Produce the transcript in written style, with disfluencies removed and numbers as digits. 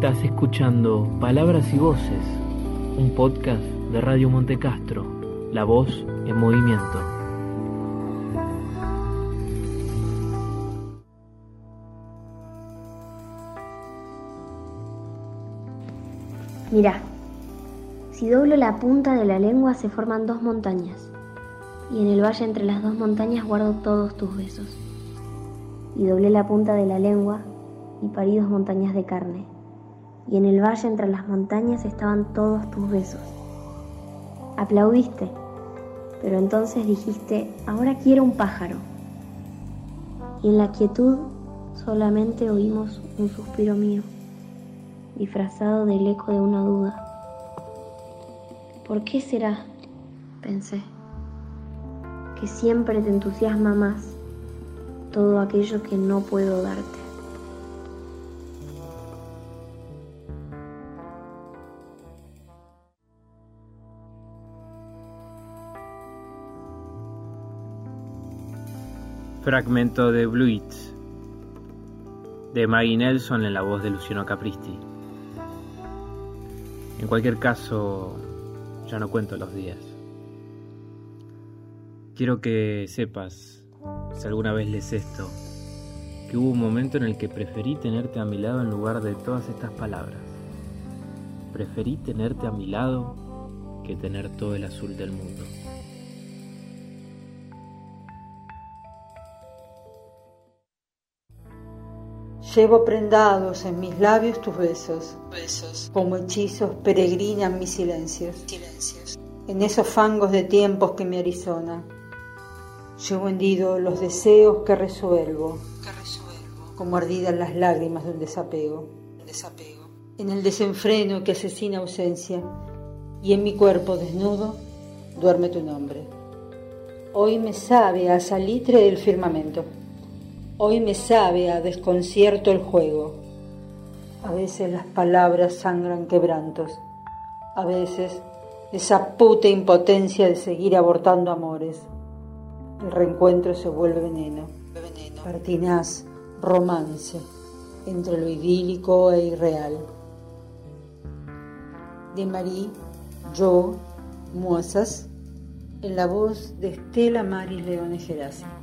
Estás escuchando Palabras y Voces, un podcast de Radio Montecastro, la voz en movimiento. Mirá, si doblo la punta de la lengua se forman dos montañas, y en el valle entre las dos montañas guardo todos tus besos. Y doblé la punta de la lengua y parí dos montañas de carne, y en el valle entre las montañas estaban todos tus besos. Aplaudiste, pero entonces dijiste, ahora quiero un pájaro. Y en la quietud solamente oímos un suspiro mío, disfrazado del eco de una duda. ¿Por qué será? Pensé, que siempre te entusiasma más todo aquello que no puedo darte. Fragmento de Bluits, de Maggie Nelson en la voz de Luciano Capristi. En cualquier caso, ya no cuento los días. Quiero que sepas, si alguna vez lees esto, que hubo un momento en el que preferí tenerte a mi lado en lugar de todas estas palabras. Preferí tenerte a mi lado que tener todo el azul del mundo. Llevo prendados en mis labios tus besos, como hechizos peregrinan mis silencios, en esos fangos de tiempos que me Arizona. Llevo hendido los deseos que resuelvo, como ardidas las lágrimas de un desapego, en el desenfreno que asesina ausencia, y en mi cuerpo desnudo duerme tu nombre. Hoy me sabe a salitre del firmamento. Hoy me sabe a desconcierto el juego. A veces las palabras sangran quebrantos. A veces esa puta impotencia de seguir abortando amores. El reencuentro se vuelve veneno. Pertinaz romance entre lo idílico e irreal. De Marie Jo Moisas, en la voz de Estela Maris Leone Gerasi.